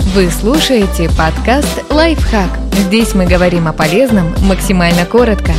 Вы слушаете подкаст «Лайфхак». Здесь мы говорим о полезном максимально коротко.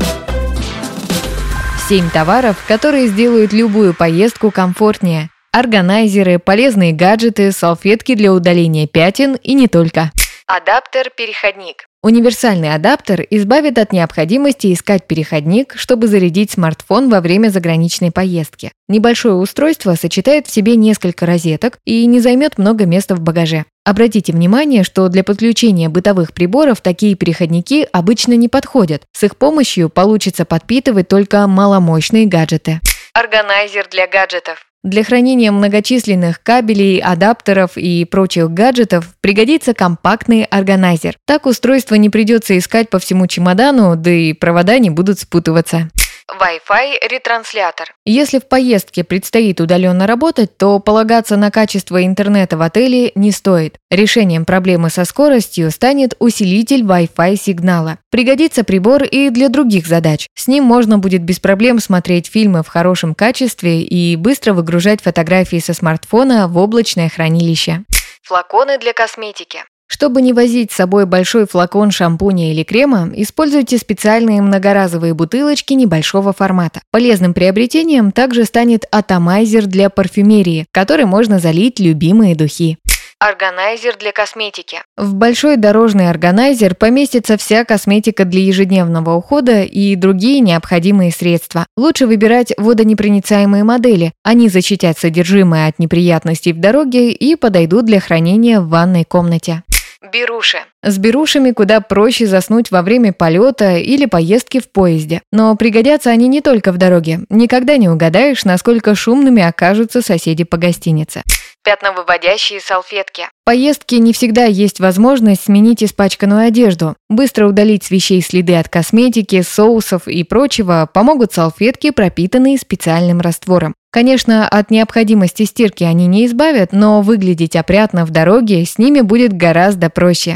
7 товаров, которые сделают любую поездку комфортнее. Органайзеры, полезные гаджеты, салфетки для удаления пятен и не только. Адаптер-переходник. Универсальный адаптер избавит от необходимости искать переходник, чтобы зарядить смартфон во время заграничной поездки. Небольшое устройство сочетает в себе несколько розеток и не займет много места в багаже. Обратите внимание, что для подключения бытовых приборов такие переходники обычно не подходят. С их помощью получится подпитывать только маломощные гаджеты. Органайзер для гаджетов. Для хранения многочисленных кабелей, адаптеров и прочих гаджетов пригодится компактный органайзер. Так устройство не придется искать по всему чемодану, да и провода не будут спутываться. Wi-Fi ретранслятор. Если в поездке предстоит удаленно работать, то полагаться на качество интернета в отеле не стоит. Решением проблемы со скоростью станет усилитель Wi-Fi сигнала. Пригодится прибор и для других задач. С ним можно будет без проблем смотреть фильмы в хорошем качестве и быстро выгружать фотографии со смартфона в облачное хранилище. Флаконы для косметики. Чтобы не возить с собой большой флакон шампуня или крема, используйте специальные многоразовые бутылочки небольшого формата. Полезным приобретением также станет атомайзер для парфюмерии, в который можно залить любимые духи. Органайзер для косметики. В большой дорожный органайзер поместится вся косметика для ежедневного ухода и другие необходимые средства. Лучше выбирать водонепроницаемые модели. Они защитят содержимое от неприятностей в дороге и подойдут для хранения в ванной комнате. Беруши. С берушами куда проще заснуть во время полета или поездки в поезде. Но пригодятся они не только в дороге. Никогда не угадаешь, насколько шумными окажутся соседи по гостинице. Пятновыводящие салфетки. В поездке не всегда есть возможность сменить испачканную одежду. Быстро удалить с вещей следы от косметики, соусов и прочего помогут салфетки, пропитанные специальным раствором. Конечно, от необходимости стирки они не избавят, но выглядеть опрятно в дороге с ними будет гораздо проще.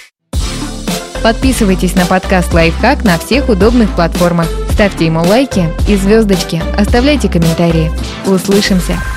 Подписывайтесь на подкаст «Лайфхак» на всех удобных платформах. Ставьте ему лайки и звездочки, оставляйте комментарии. Услышимся!